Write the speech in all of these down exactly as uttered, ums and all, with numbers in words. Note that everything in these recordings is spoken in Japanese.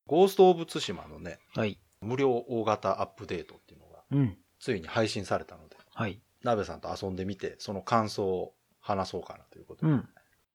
ゴースト・オブ・ツシマのね、 はい。 無料大型アップデートっていうのが、 うん。 ついに配信されたので、 はい。 鍋さんと遊んでみて、その感想を話そうかなということで。 うん。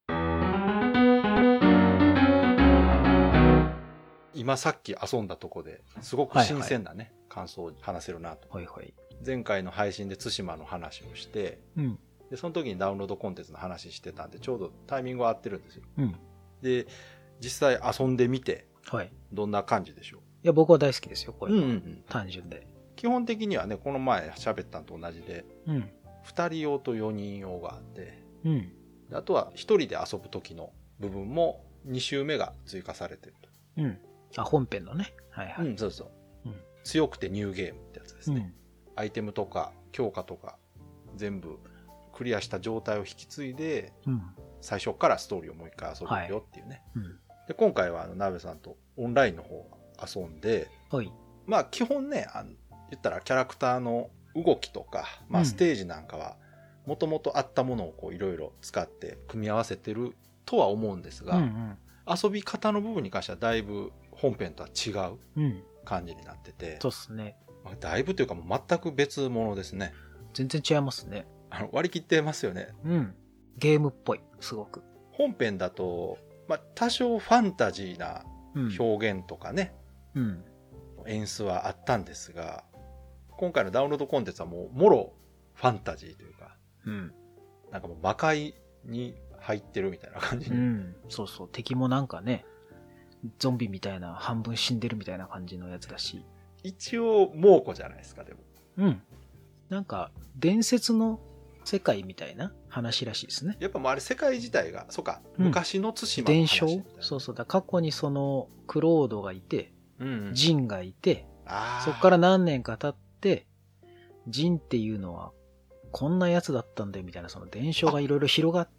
今さっき遊んだとこですごく新鮮なね、はいはい、感想を話せるなと。 はいはい。 前回の配信で対馬の話をして、 うん。 で、その時にダウンロードコンテンツの話してたんで、ちょうどタイミングが合ってるんですよ。 うん。 で、実際遊んでみて、 はい。 どんな感じでしょう？ いや、僕は大好きですよ、これ。 うんうんうん。 単純で。 基本的にはね、この前喋ったのと同じで、 うん。 ふたり用とよにん用があって、 うん。 あとはひとりで遊ぶ時の部分もに周目が追加されてると。 うん。あ、本編のね。はいはい。 うん、そうそう。 うん、 強くてニューゲームってやつですね。 うん、 アイテムとか強化とか全部クリアした状態を引き継いで、うん、最初からストーリーをもう一回遊ぶよっていうね。はい、うん、で今回はあの鍋さんとオンラインの方遊んで、はい、まあ基本ね、あの言ったらキャラクターの動きとか、まあステージなんかはもともとあったものをこういろいろ使って組み合わせてるとは思うんですが、うんうん、遊び方の部分に関してはだいぶ本編とは違う感じになってて、 うん、そうですね。 だいぶというかもう全く別物ですね。 全然違いますね。 あの割り切ってますよね。 うん。ゲームっぽい、すごく。 本編だと、まあ、多少ファンタジーな表現とかね、うん、演出はあったんですが、今回のダウンロードコンテンツはもうもろファンタジーというか、うん、なんかもう魔界に入ってるみたいな感じ、 うん、そうそう、敵もなんかね、ゾンビみたいな半分死んでるみたいな感じのやつだし、 一応猛虎じゃないですか。でもうんなんか伝説の世界みたいな話らしいですね。 やっぱもうあれ世界自体がそうか、うん、昔の対馬の話みたいな。 伝承、そうそうだ、過去にそのクロードがいて、うんうん、ジンがいて、そこから何年か経ってジンっていうのはこんなやつだったんだよみたいな、その伝承がいろいろ広がって、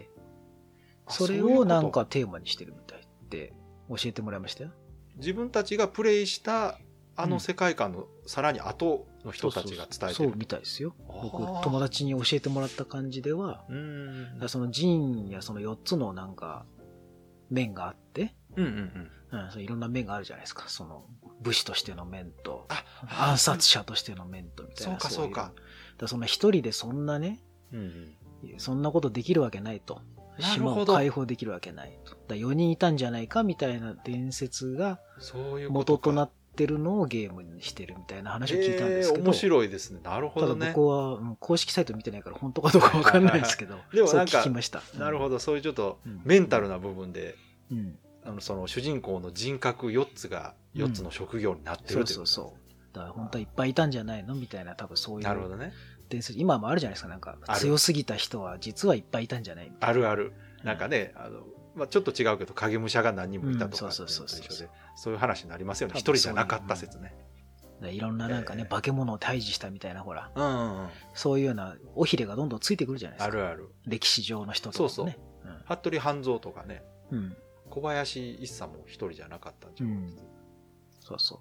それをなんかテーマにしてるみたいって教えてもらいましたよ。 自分たちがプレイしたあの世界観のさらに後の人たちが伝えてる、うん、そうそうそうみたいですよ。僕友達に教えてもらった感じでは、うんだそのジンやそのよっつのなんか面があって、うんうんうんうん、そういろんな面があるじゃないですか。その武士としての面と暗殺者としての面とみたいな。 そうかそうか。 だその一人でそんなね、うんうん、そんなことできるわけないと。島を解放できるわけないと。だよにんいたんじゃないかみたいな伝説が元となってるのをゲームにしてるみたいな話を聞いたんですけど、 えー、面白いですね。なるほどね。 ただ僕は、うん、公式サイト見てないから本当かどうかわかんないですけど、でもなんかそう聞きました。 なるほど、そういうちょっとメンタルな部分で、うん、あのその主人公の人格よっつがよっつの職業になってる、うん、 そうそうそう。だから本当はいっぱいいたんじゃないのみたいな、多分そういう。 なるほどね。 伝説今もあるじゃないですか。なんか強すぎた人は実はいっぱいいたんじゃないみたいな。 あるある。なんかね、あのまあ、ちょっと違うけど影武者が何人もいたとか、そういう話になりますよね。一人じゃなかった説ね。 いろんななんかね、えー、化け物を退治したみたいな、ほら、うんうんうん、そういうような尾ひれがどんどんついてくるじゃないですか。 あるある。 歴史上の人とかね。そうそう。 うん、服部半蔵とかね、うん、小林一茶も一人じゃなかったんじゃないですか、うん。 そうそう。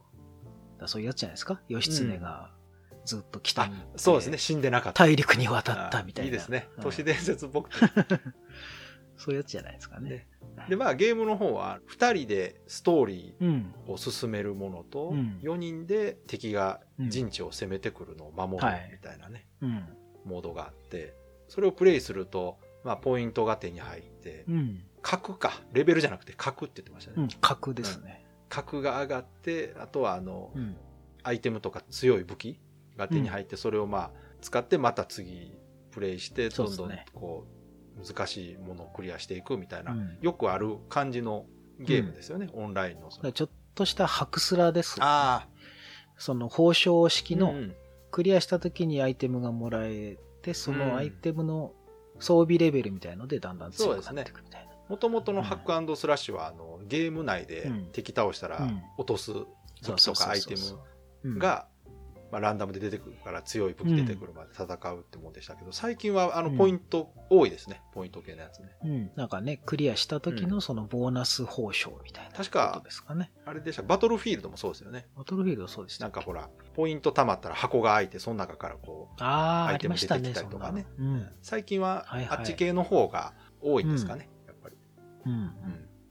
だそういうやつじゃないですか。義経がずっと北に、うん、 そうですね、死んでなかった。 大陸に渡ったみたいな。 いいですね。都市伝説僕。 そういうやつじゃないですかね。 で、まあゲームの方はふたりでストーリーを進めるものと、うん、よにんで敵が陣地を攻めてくるのを守るみたいなね、うん、モードがあって、それをプレイすると、まあポイントが手に入って、うん、格か、レベルじゃなくて格って言ってましたね。うん、 格ですね。 格が上がって、あとはあの、うん、アイテムとか強い武器が手に入って、それをまあ使ってまた次プレイして、どんどんこう、難しいものをクリアしていくみたいな、うん、よくある感じのゲームですよね、うん、オンラインの。 ちょっとしたハクスラです、ね。ああ。その報奨式のクリアした時にアイテムがもらえて、そのアイテムの装備レベルみたいのでだんだん強くなっていくみたいな。 もともとのハック&スラッシュはあのゲーム内で敵倒したら落とす武器とかアイテムがまあ、ランダムで出てくるから強い武器出てくるまで戦うってもんでしたけど、うん、最近はあのポイント多いですね、うん、ポイント系のやつね、 うん、なんかねクリアした時のそのボーナス報奨みたいなことですかね。 確かあれでした、バトルフィールドもそうですよね。 バトルフィールドそうでした。 なんかほらポイント貯まったら箱が開いてその中からこうあアイテム出てきたりとかね、うん、最近はあっち系の方が多いんですかね、うん、やっぱり、うんうん、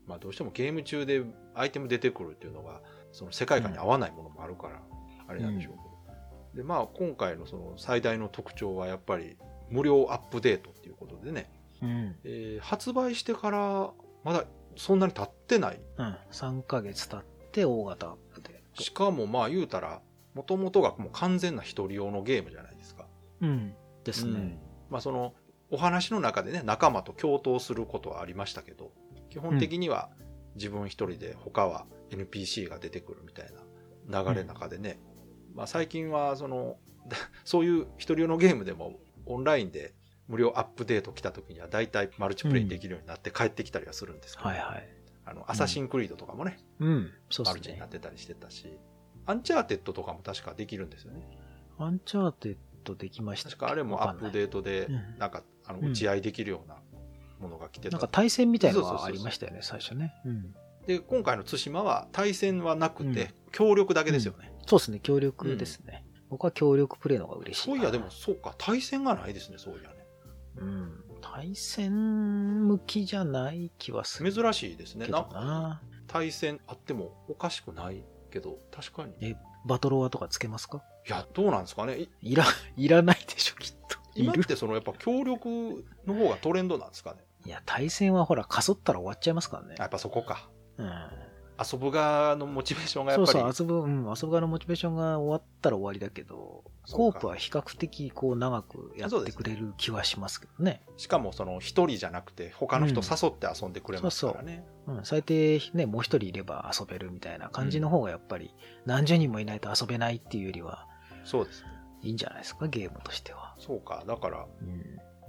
まあどうしてもゲーム中でアイテム出てくるっていうのが、その世界観に合わないものもあるから、あれなんでしょうけど。うん、で、まあ今回のその最大の特徴はやっぱり無料アップデートっていうことでね、うんえー、発売してからまだそんなに経ってない。 うん、さんかげつ経って大型アップデート。 しかもまあ言うたら、もともとがもう完全な一人用のゲームじゃないですか。 うん。ですね。うん、 まあその、お話の中でね、仲間と共闘することはありましたけど、基本的には自分一人で他は エヌピーシー が出てくるみたいな流れの中でね、うん、まあ最近はその、そういう一人用のゲームでもオンラインで無料アップデート来た時には大体マルチプレイできるようになって帰ってきたりはするんですけど、 うん、はいはい。 あの、アサシンクリードとかもね、 うん、そうですね。 マルチになってたりしてたし、アンチャーテッドとかも確かできるんですよね。 アンチャーテッドできましたっけ？ 確かあれもアップデートで、なんか、あの、打ち合いできるようなものが来てた。 なんか対戦みたいなのがありましたよね、最初ね。うん。 で、今回の対馬は対戦はなくて、協力だけですよね。 そうですね、協力ですね。僕は協力プレイの方が嬉しい。 そういや、でもそうか、対戦がないですね、そういやね。 うん。対戦向きじゃない気はする。 珍しいですね。なんか、対戦あってもおかしくないけど、確かに。 え、バトロワとかつけますか？ いや、どうなんですかね。い、 いら、いらないでしょ、きっと。 今ってそのやっぱ協力の方がトレンドなんですかね。 いや、対戦はほら、かそったら終わっちゃいますからね。 やっぱそこか。 うん。 遊ぶ側のモチベーションがやっぱり。 そうそう、遊ぶ、うん、遊ぶ側のモチベーションが終わったら終わりだけど、コープは比較的こう長くやってくれる気はしますけどね。 しかもその一人じゃなくて他の人誘って遊んでくれますからね。 うん、そうそう。うん、最低ね、もう一人いれば遊べるみたいな感じの方がやっぱり何十人もいないと遊べないっていうよりは、 そうですね。 いいんじゃないですか、ゲームとしては。 そうか、だから、うん、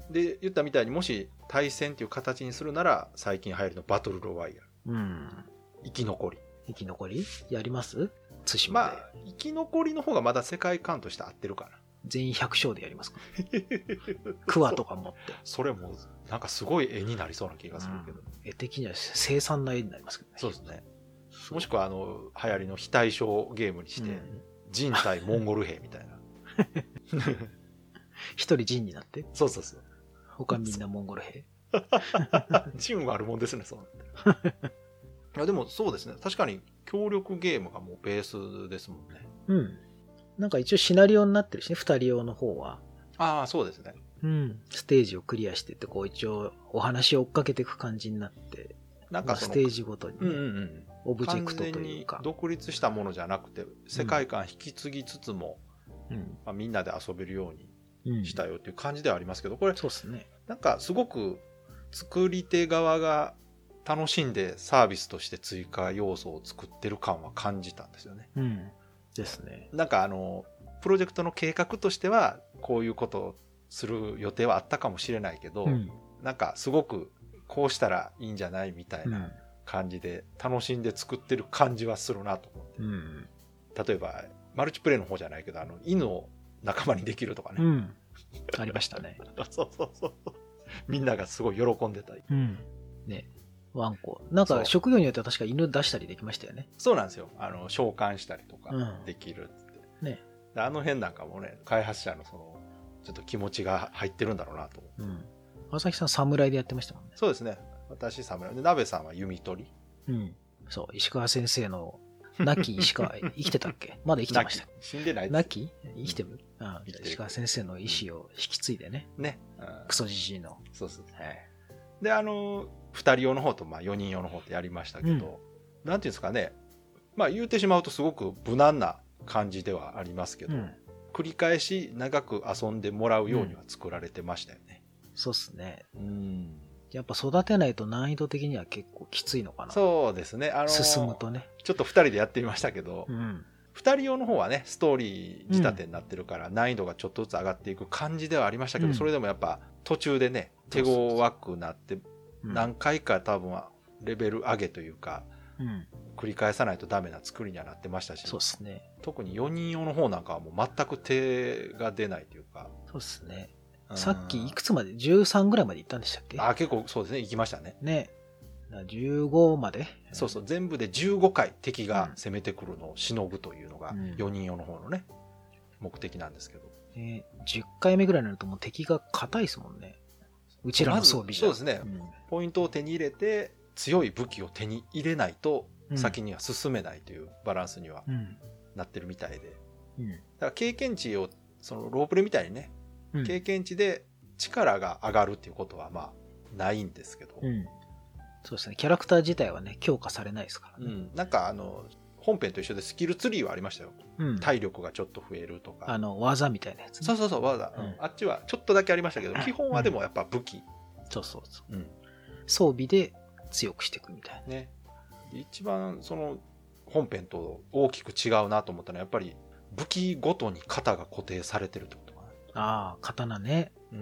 で、言ったみたいにもし対戦っていう形にするなら、最近流行りのバトルロワイヤル。うん。生き残り。 生き残りやります？対馬で。 まあ、生き残りの方がまだ世界観として合ってるかな。 全員ひゃく勝でやりますか？クワとか持って。 それも、なんかすごい絵になりそうな気がするけど。 うん、絵的には凄惨な絵になりますけどね。 そうですね。もしくは、あの、流行りの非対称ゲームにして、うん、人対モンゴル兵みたいな。 一人人になって。 そうそうそう。 他みんなモンゴル兵。 人はあるもんですね、そう。いやでもそうですね。確かに協力ゲームがもうベースですもんね。 うん。なんか一応シナリオになってるしね、二人用の方は。 ああ、そうですね。 うん。ステージをクリアしてって、こう一応お話を追っかけていく感じになって、なんかステージごとに、ね、うんうんうん、オブジェクトというか。 完全に独立したものじゃなくて、世界観引き継ぎつつも、うんまあ、みんなで遊べるようにしたよっていう感じではありますけど、これ、 そうですね。 なんかすごく作り手側が楽しんでサービスとして追加要素を作ってる感は感じたんですよね。 うん。ですね。 なんかあの、プロジェクトの計画としては、こういうことをする予定はあったかもしれないけど、うん、なんかすごくこうしたらいいんじゃないみたいな感じで楽しんで作ってる感じはするなと思って。うん、例えば、マルチプレイの方じゃないけど、あの、犬を仲間にできるとかね。うん、 ありましたね。 そうそうそう。みんながすごい喜んでたり。 うん。ね。ワンコ。なんか職業によっては確か犬出したりできましたよね。 そうなんですよ。あの、召喚したりとかできるって、うん。ね。あの辺なんかもね、開発者のその、ちょっと気持ちが入ってるんだろうなと思って。うん。 朝日さん侍でやってましたもんね。 そうですね。私侍。で、鍋さんは弓取り。 うん。そう。石川先生の、亡き石川、生きてたっけ？まだ生きてました。 死んでないです。 亡き生きてる、うん、ああ石川先生の意思を引き継いでね。 ね。 うん、クソじじいの。 そうそう。はい。で、あの、二人用の方と、まあ、四人用の方ってやりましたけど、うん、なんていうんですかね。まあ、言うてしまうとすごく無難な感じではありますけど、うん、繰り返し長く遊んでもらうようには作られてましたよね。 うん、そうっすね。うん。やっぱ育てないと難易度的には結構きついのかな。 そうですね。あのー、 進むとね。 ちょっと二人でやってみましたけど、うん、二人用の方はね、ストーリー仕立てになってるから、難易度がちょっとずつ上がっていく感じではありましたけど、うん、それでもやっぱ途中でね、手強くなって、何回か多分はレベル上げというか、うん、繰り返さないとダメな作りにはなってましたし、 そうですね。 特によにん用の方なんかはもう全く手が出ないというか。 そうですね。さっきいくつまでじゅうさんぐらいまで行ったんでしたっけ？ あ、結構そうですね。行きましたね。 ね。じゅうごまで？ そうそう。全部でじゅうごかい敵が攻めてくるのをしのぐというのがよにん用の方のね、目的なんですけど。 えー、じゅっかいめぐらいになるともう敵が硬いですもんね。うちらの装備じゃ。 そうですね、うん。ポイントを手に入れて、 強い武器を手に入れないと先には進めないというバランスにはなってるみたいで、うん、だから経験値をそのロープレみたいにね、うん、経験値で力が上がるっていうことはまあないんですけど、うん、 そうですね、キャラクター自体はね強化されないですからね、 うん、なんかあの本編と一緒でスキルツリーはありましたよ、うん、体力がちょっと増えるとか、 あの技みたいなやつ、ね、 そうそうそう技、うん、あっちはちょっとだけありましたけど、基本はでもやっぱ武器、 そうそうそう、うん、装備で強くしていくみたいなね。一番その本編と大きく違うなと思ったのはやっぱり武器ごとに型が固定されてるってことかな。 ああ、刀ね。うん。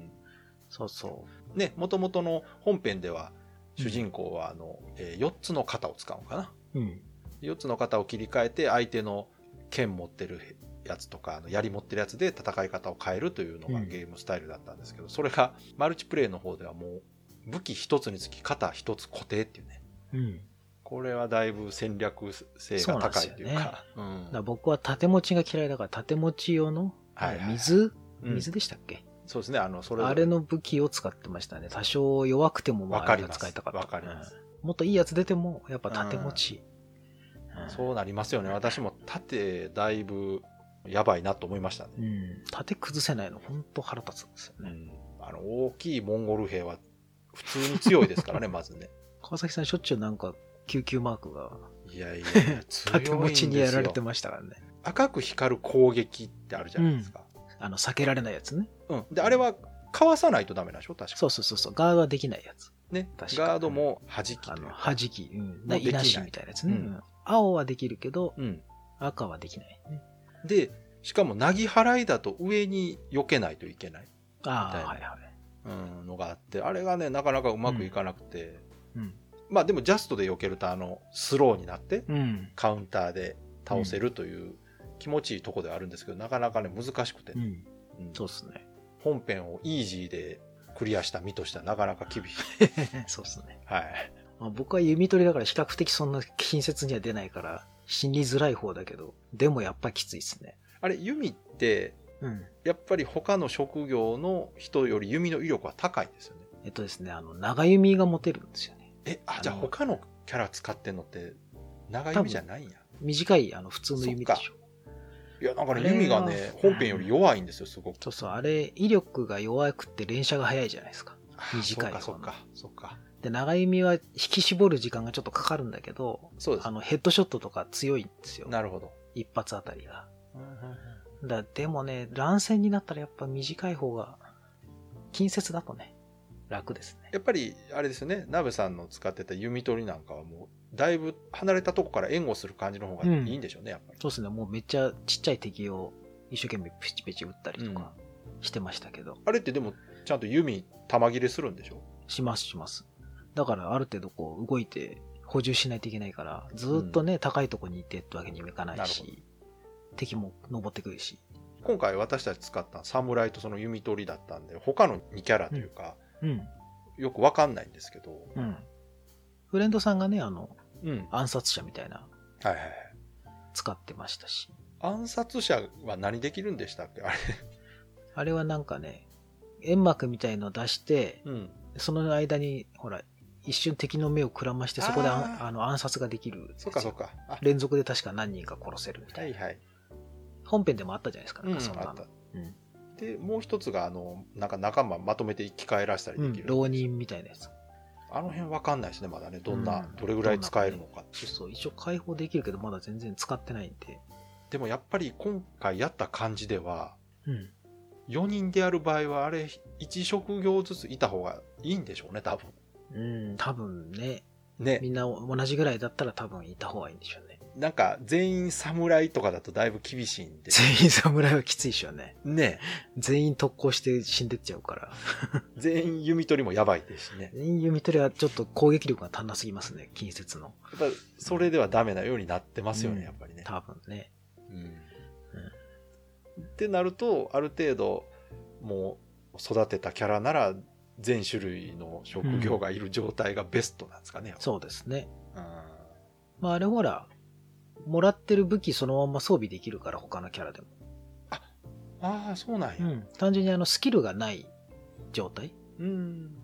そうそう。 ね、もともとの本編では主人公はあの、うんえー、よっつの型を使うのかな。うん。よっつの型を切り替えて相手の剣持ってるやつとかあの槍持ってるやつで戦い方を変えるというのがゲームスタイルだったんですけど、うん、それがマルチプレイの方ではもう武器一つにつき型一つ固定っていうね。うん。これはだいぶ戦略性が高いというか。 そうなんですよね。うん、だから僕は縦持ちが嫌いだから縦持ち用の、はいはい、水、水でしたっけ、うん、 そうですね。あの、それあれの武器を使ってましたね。多少弱くてもまああれが使いたかった。 わかります。 うん、もっといいやつ出てもやっぱ縦持ち、 うんうん。そうなりますよね。私も縦だいぶやばいなと思いましたね。 うん。縦崩せないの本当腹立つんですよね。 うん、あの大きいモンゴル兵は普通に強いですからね、まずね。 川崎さんしょっちゅうなんか救急マークがいやいや縦持ちにやられてましたからね。 赤く光る攻撃ってあるじゃないですか。 うん、あの避けられないやつね。 うん。であれはかわさないとダメなんでしょ確か。 そうそうそうそう。ガードはできないやつ。 ね。確かガードも弾きというか。あの弾き、うん。いなしみたいなやつね、うんうん。青はできるけど、うん、赤はできない、ね。 でしかもなぎ払いだと上に避けないといけない。 ああはいはい。 うん、のがあってあれがねなかなかうまくいかなくて、うんうん、まあでもジャストで避けるとあのスローになって、うん、カウンターで倒せるという気持ちいいとこではあるんですけどなかなかね難しくて、ねうんうん、そうですね本編をイージーでクリアした身としてはなかなか厳しいそうですねはい、 まあ、僕は弓取りだから比較的そんな近接には出ないから死にづらい方だけどでもやっぱきついですねあれ弓ってうん、やっぱり他の職業の人より弓の威力は高いんですよね。 えっとですね、あの、長弓が持てるんですよね。 え、あ、じゃあ他のキャラ使ってんのって長弓じゃないんや。 短い、あの、普通の弓でしょ。 いや、なんかね、弓がね、本編より弱いんですよ、すごく。 そうそう、あれ、威力が弱くて連射が早いじゃないですか。短い方の。そうか、そうか。 で、長弓は引き絞る時間がちょっとかかるんだけど、そうです。あの、ヘッドショットとか強いんですよ。 なるほど。 一発あたりが。うんうんだでもね、乱戦になったらやっぱ短い方が、近接だとね、楽ですね。 やっぱり、あれですよね、ナベさんの使ってた弓取りなんかはもう、だいぶ離れたとこから援護する感じの方がいいんでしょうね、うん、やっぱり。 そうですね、もうめっちゃちっちゃい敵を一生懸命ペチペチ撃ったりとかしてましたけど。うん、 あれってでも、ちゃんと弓、弾切れするんでしょ？ します、します。だからある程度こう動いて補充しないといけないから、ずっとね、うん、高いとこにいてってわけにもいかないし。敵も登ってくるし今回私たち使った侍とその弓取りだったんで他のにキャラというか、うんうん、よくわかんないんですけど、うん、 フレンドさんがねあの、うん、暗殺者みたいな、 はいはいはい、 使ってましたし暗殺者は何できるんでしたっけあれあれはなんかね煙幕みたいのを出して、うん、その間にほら一瞬敵の目をくらましてそこでああの暗殺ができるそうかそうか連続で確か何人か殺せるみたいな、はいはい、本編でもあったじゃないですか、なんかそんなの、 うん、あった、うん、でもう一つがあのなんか仲間まとめて生き返らせたりできる、 うん、浪人みたいなやつあの辺わかんないですねまだねどんな、うん、どれぐらい使えるのか、 そうそう一応解放できるけどまだ全然使ってないんででもやっぱり今回やった感じでは、うん、よにんでやる場合はあれいち職業ずついた方がいいんでしょうね多分うん、多分ね。ね。みんな同じぐらいだったら多分いた方がいいんでしょうね。 なんか、全員侍とかだとだいぶ厳しいんで。 全員侍はきついでしょうね。 ね。 全員特攻して死んでっちゃうから。 全員弓取りもやばいですしね。 全員弓取りはちょっと攻撃力が足んなすぎますね、近接の。やっぱそれではダメなようになってますよね、うん、やっぱりね。 多分ね。うん。 うん、ってなると、ある程度、もう育てたキャラなら、全種類の職業がいる状態がベストなんですかね。 うん、そうですね。うん、まああれほら、もらってる武器そのまま装備できるから他のキャラでも。 あ、ああそうなんや、 うん。単純にあのスキルがない状態。うん。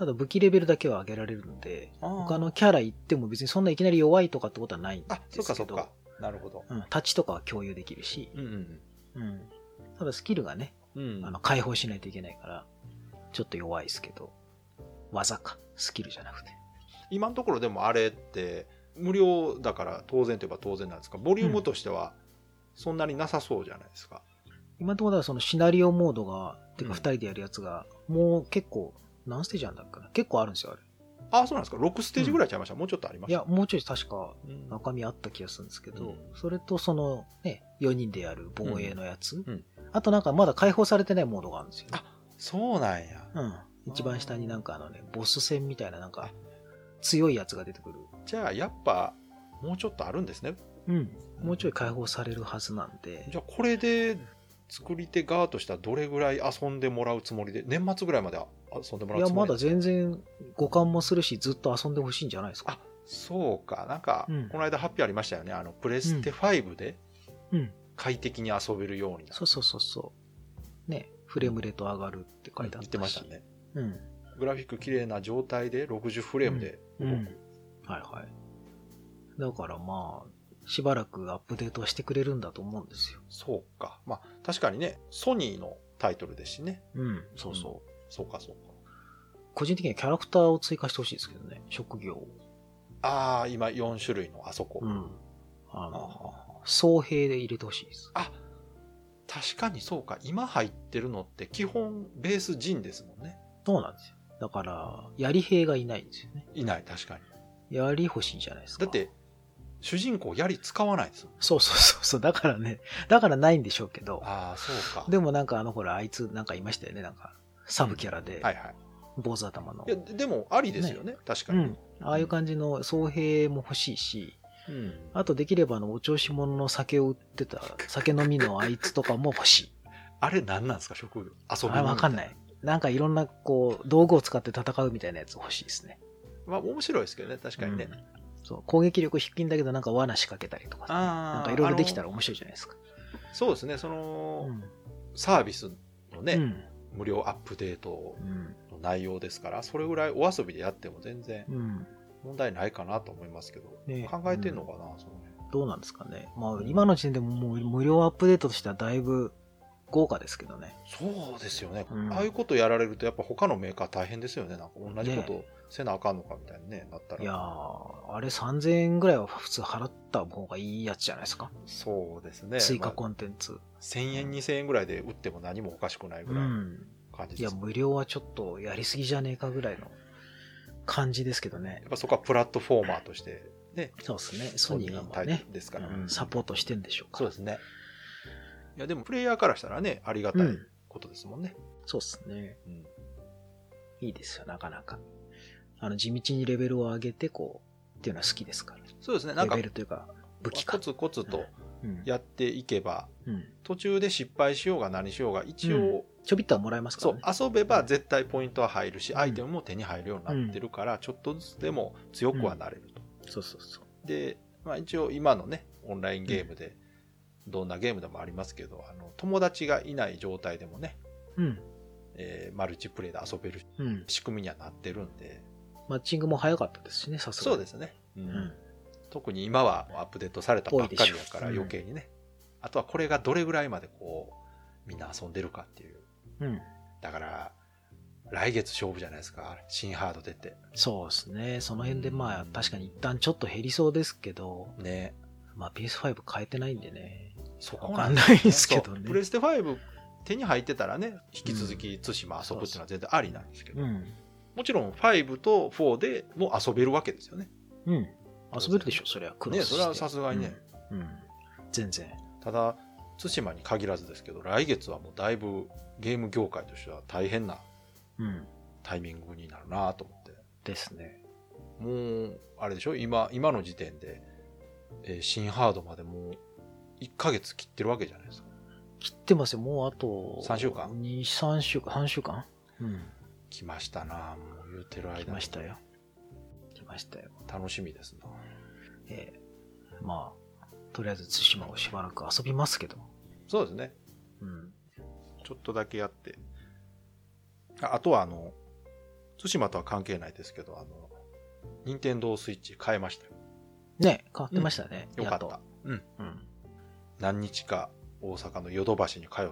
ただ武器レベルだけは上げられるので、他のキャラ行っても別にそんないきなり弱いとかってことはないんですけど。あ、そっかそっか。 なるほど。 うん、タッチとかは共有できるし、うんうんうん、ただスキルがね、うん、あの解放しないといけないから、ちょっと弱いですけど、技か、スキルじゃなくて。 今のところでもあれって、無料だから当然といえば当然なんですか、ボリュームとしてはそんなになさそうじゃないですか。 うん、今のところはそのシナリオモードが、てかふたりでやるやつが、もう結構、何ステージあるんだっけな、結構あるんですよ、あれ。 ああ、そうなんですか。ろくステージぐらいちゃいました、うん、もうちょっとありました。 いや、もうちょい確か中身あった気がするんですけど、うん、それとそのね、よにんでやる防衛のやつ、うんうん、あとなんかまだ解放されてないモードがあるんですよ、ね。 あ、そうなんや。 うん。一番下になんかあのね、ボス戦みたいななんか強いやつが出てくる。 じゃあやっぱもうちょっとあるんですね。 うん。もうちょい解放されるはずなんで。 じゃあこれで作り手側としてはどれぐらい遊んでもらうつもりで、年末ぐらいまで遊んでもらうつもりで。いや、 まだ全然互換もするし、ずっと遊んでほしいんじゃないですか。 あ、そうか。なんか、うん、この間発表ありましたよね。あの、プレステファイブで快適に遊べるようになる、うん。 そうそうそうそう。ね、フレームレート上がるって書いてあったし、うん、言ってましたね。うん。グラフィック綺麗な状態でろくじゅうフレームで動く。うんうん、 はいはい。だからまあ、しばらくアップデートはしてくれるんだと思うんですよ。 そうか。まあ確かにね、ソニーのタイトルですしね。 うん、そうそう。うん、 そうかそうか。 個人的にはキャラクターを追加してほしいですけどね、職業を。 ああ、今よん種類のあそこ。うん。 あの、総兵で入れてほしいです。 あ、確かにそうか。今入ってるのって基本ベース陣ですもんね。 そうなんですよ。だから、槍兵がいないんですよね。 いない、確かに。 槍欲しいんじゃないですか。 だって、主人公槍使わないですもん。 そうそうそうそう。だからね、だからないんでしょうけど。 ああ、そうか。 でもなんかあのほら、あいつなんかいましたよね。なんか、サブキャラで。 うん、はいはい。 坊主頭の。 いや、でもありですよね。ね、確かに、うん。 ああいう感じの総兵も欲しいし、うん、あとできればあの、お調子者の酒を売ってた、酒飲みのあいつとかも欲しい。 あれ何なんですか、職業。遊びあ、わかんない。なんかいろんなこう、道具を使って戦うみたいなやつ欲しいですね。 まあ面白いですけどね、確かにね。うん、 そう、攻撃力低いんだけどなんか罠仕掛けたりとか、ね、なんかいろいろできたら面白いじゃないですか。 そうですね、その、うん、サービスのね、うん、無料アップデートの内容ですから、それぐらいお遊びでやっても全然問題ないかなと思いますけど、ね、考えてんのかな、うん、その辺。 どうなんですかね。まあ今の時点でももう無料アップデートとしてはだいぶ豪華ですけどね。 そうですよね、うん、ああいうことやられるとやっぱ他のメーカー大変ですよね。なんか同じことせなあかんのかみたいに、ね、なったら。 いやー、あれさんぜんえんぐらいは普通払った方がいいやつじゃないですか。 そうですね。 追加コンテンツ。まあ、 せんえんにせんえんぐらいで売っても何もおかしくないぐらいの感じです、ね、 うん、いや無料はちょっとやりすぎじゃねえかぐらいの感じですけどね。 やっぱそこはプラットフォーマーとしてね。 そうですね。ソニーがね、 ですから、 うん、サポートしてんでしょうか。 そうですね。いやでもプレイヤーからしたらね、ありがたいことですもんね。 うん、そうですね、うん。いいですよ、なかなか。あの地道にレベルを上げてこうっていうのは好きですから。 そうですね。なんかレベルというか武器か。 コツコツとやっていけば、うんうん、途中で失敗しようが何しようが一応、うん、 ちょびっとはもらえますからね。 そう遊べば絶対ポイントは入るし、アイテムも手に入るようになってるから、ちょっとずつでも強くはなれると。 そうそうそう。 で、まあ一応今のねオンラインゲームで、どんなゲームでもありますけど、あの友達がいない状態でもね、うんえー、マルチプレイで遊べる仕組みにはなってるんで、 マッチングも早かったですしね、さすがに。 そうですね、うんうん、特に今はアップデートされたばっかりだから余計にね、うん、あとはこれがどれぐらいまでこうみんな遊んでるかっていう、うん、だから来月勝負じゃないですか、新ハード出て。 そうですね、その辺でまあ確かに一旦ちょっと減りそうですけどね、まあ ピーエスファイブ 変えてないんでね、 そこわかんないですけどね。 プレステファイブ手に入ってたらね、引き続き対馬遊ぶっていうのは全然ありなんですけど、うん、もちろんファイブとフォーでも遊べるわけですよね。 うん。遊べるでしょ、それは。 クロスして。ね、それはさすがにね、 うん。うん。全然。 ただ、対馬に限らずですけど、来月はもうだいぶゲーム業界としては大変なタイミングになるなと思って。 ですね。 もう、あれでしょ、今、今の時点で、えー、新ハードまでもういっかげつ切ってるわけじゃないですか。 切ってますよ、もうあと。 さんしゅうかん ? に、さんしゅうかん、さんしゅうかんうん。 来ましたな、もう言うてる間に。 来ましたよ。来ましたよ。 楽しみですな。 ええー、まあ、とりあえず対馬をしばらく遊びますけど。 そうですね。うん。ちょっとだけやって。あ, あとはあの、 対馬とは関係ないですけど、あの、任天堂スイッチ変えましたよ。 ね、変わってましたね。 うん、よかった。うん。うん。何日か大阪のヨドバシに通って、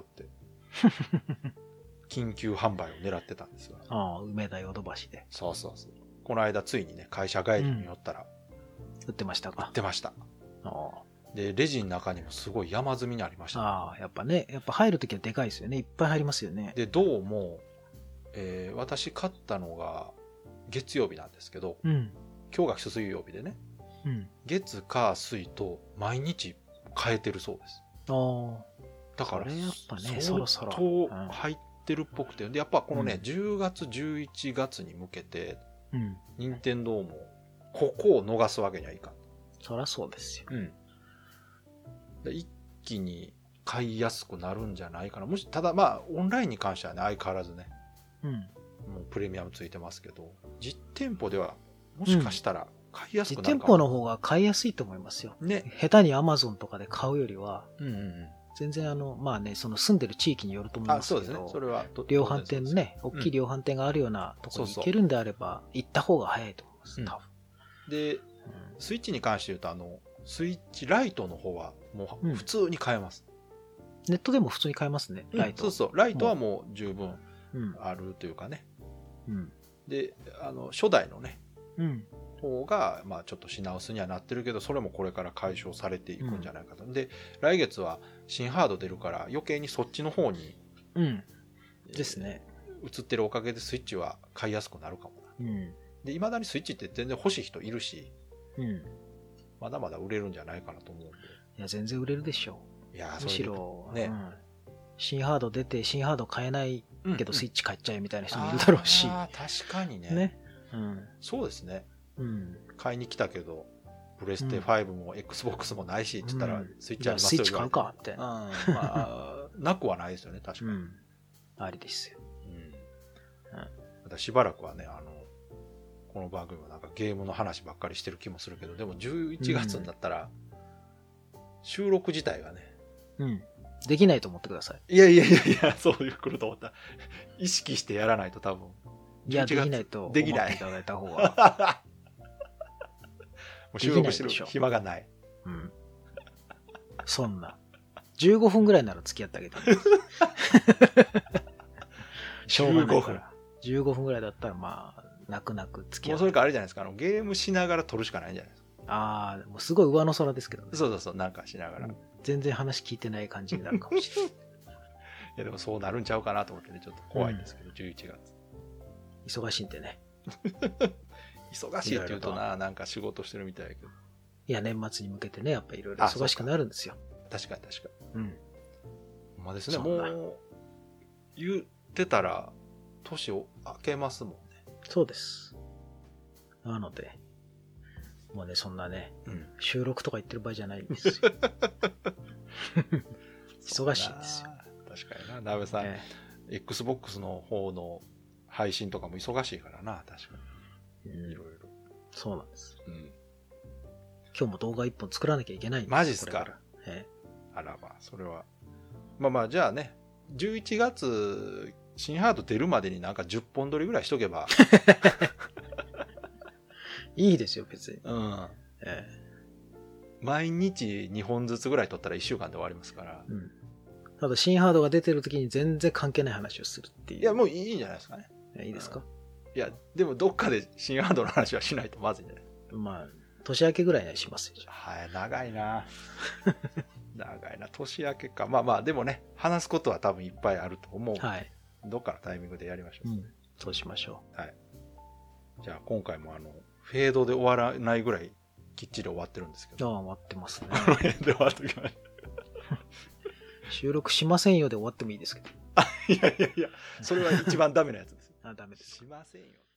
緊急販売を狙ってたんですが。 ああ、梅田ヨドバシで。 そうそうそう。この間ついにね、会社帰りに寄ったら、 うん、売ってましたか。 売ってました。 ああ。 で、レジの中にもすごい山積みにありました、ね。 ああ、やっぱね、やっぱ入るときはでかいですよね。いっぱい入りますよね。 で、どうも、えー、私買ったのが月曜日なんですけど、うん、今日が水曜日でね、うん、月火水と毎日変えてるそうです。ああ。だから、やっぱね、そろそろ入ってるっぽくて、で、やっぱこのね、うん、じゅうがつ、じゅういちがつに向けて、うん、任天堂もここを逃すわけにはいかん。 そりゃそうですよ。うん。 で一気に買いやすくなるんじゃないかな。もし、ただまあ、オンラインに関してはね、相変わらずね、うん、もうプレミアムついてますけど、実店舗ではもしかしたら買いやすくなるかも、 うん、実店舗の方が買いやすいと思いますよ。ね。下手に Amazon とかで買うよりは、うんうんうん、全然あの、まあね、その住んでる地域によると思いますけど、あ、そうですね。それは量販店ね、大きい量販店があるようなところに行けるんであれば、うん、行った方が早いと思います、多分。 うん、で、うん、スイッチに関して言うと、あの、スイッチライトの方はもう普通に買えます。 うん、ネットでも普通に買えますね、ライト。 うん、そうそう、ライトはもう十分あるというかね。うん、で、あの、初代のね、うん、方が、まあちょっと品薄にはなってるけど、それもこれから解消されていくんじゃないかと。うん、で、来月は新ハード出るから余計にそっちの方に、 うん、ですね。 映ってるおかげでスイッチは買いやすくなるかもな。うん、で、未だにスイッチって全然欲しい人いるし、うん、まだまだ売れるんじゃないかなと思うんで。 いや、全然売れるでしょう。いや、むしろ、ね、うん、新ハード出て、新ハード買えないけどスイッチ買っちゃえみたいな人もいるだろうし。 ああ、確かにね。ね。うん。そうですね。うん。買いに来たけど、プレステファイブも Xbox もないしって言ったら、スイッチありますよ、 スイッチ買うかって。うん。 まあ、なくはないですよね、確かに。うん。 ありですよ。うん。うん。 またしばらくはね、あの、この番組はなんかゲームの話ばっかりしてる気もするけど、でもじゅういちがつになったら、収録自体がね、 うん。できないと思ってください。 いやいやいやいや、そういうこと思った。意識してやらないと多分。 いや、できないと思っていただいた方が。もう収録してる暇がない。うん。 そんな。じゅうごふんぐらいなら付き合ってあげたんです。しょうがないから。じゅうごふんぐらいだったらまあ、泣く泣く付き合って。 もうそれかあれじゃないですか。あのゲームしながら撮るしかないんじゃないですか。 ああ、もうすごい上の空ですけどね。 そうそうそう、なんかしながら。うん、 全然話聞いてない感じになるかもしれない。いやでもそうなるんちゃうかなと思ってね、ちょっと怖いんですけど、うん、じゅういちがつ。忙しいんでね。 忙しいって言うとな、なんか仕事してるみたいだけど。 いや、年末に向けてね、やっぱいろいろ忙しくなるんですよ。 確かに確かに。うん。ほんまですね、もう、言ってたら、年を明けますもんね。 そうです。なので、もうね、そんなね、うん、収録とか言ってる場合じゃないんですよ。忙しいんですよ。 確かにな、なべさん、ええ、Xbox の方の配信とかも忙しいからな、確かに。うん、いろいろ。 そうなんです。うん、今日も動画一本作らなきゃいけないんですよ。 マジっすか。ええ、あらまあ、それは。まあまあ、じゃあね、じゅういちがつ、新ハード出るまでになんかじゅっぽん撮りぐらいしとけば。 いいですよ、別に。うん。 ええ、毎日にほんずつぐらい撮ったらいっしゅうかんで終わりますから。うん。 ただ、新ハードが出てる時に全然関係ない話をするっていう。 いや、もういいんじゃないですかね。 いいですか、 うん、いや、でもどっかで新ハードの話はしないとまずいんじゃない。 まあ、年明けぐらいにはしますよ。 はい、長いな。長いな、年明けか。まあまあ、でもね、話すことは多分いっぱいあると思う。はい。どっかのタイミングでやりましょう。うん。 そうしましょう。はい。じゃあ、今回もあの、フェードで終わらないぐらいきっちり終わってるんですけど。 ああ、終わってますね。 この辺で終わってきました。 収録しませんよで終わってもいいですけど。 あ、いやいやいや、それは一番ダメなやつです。 あ、ダメです。 しませんよ。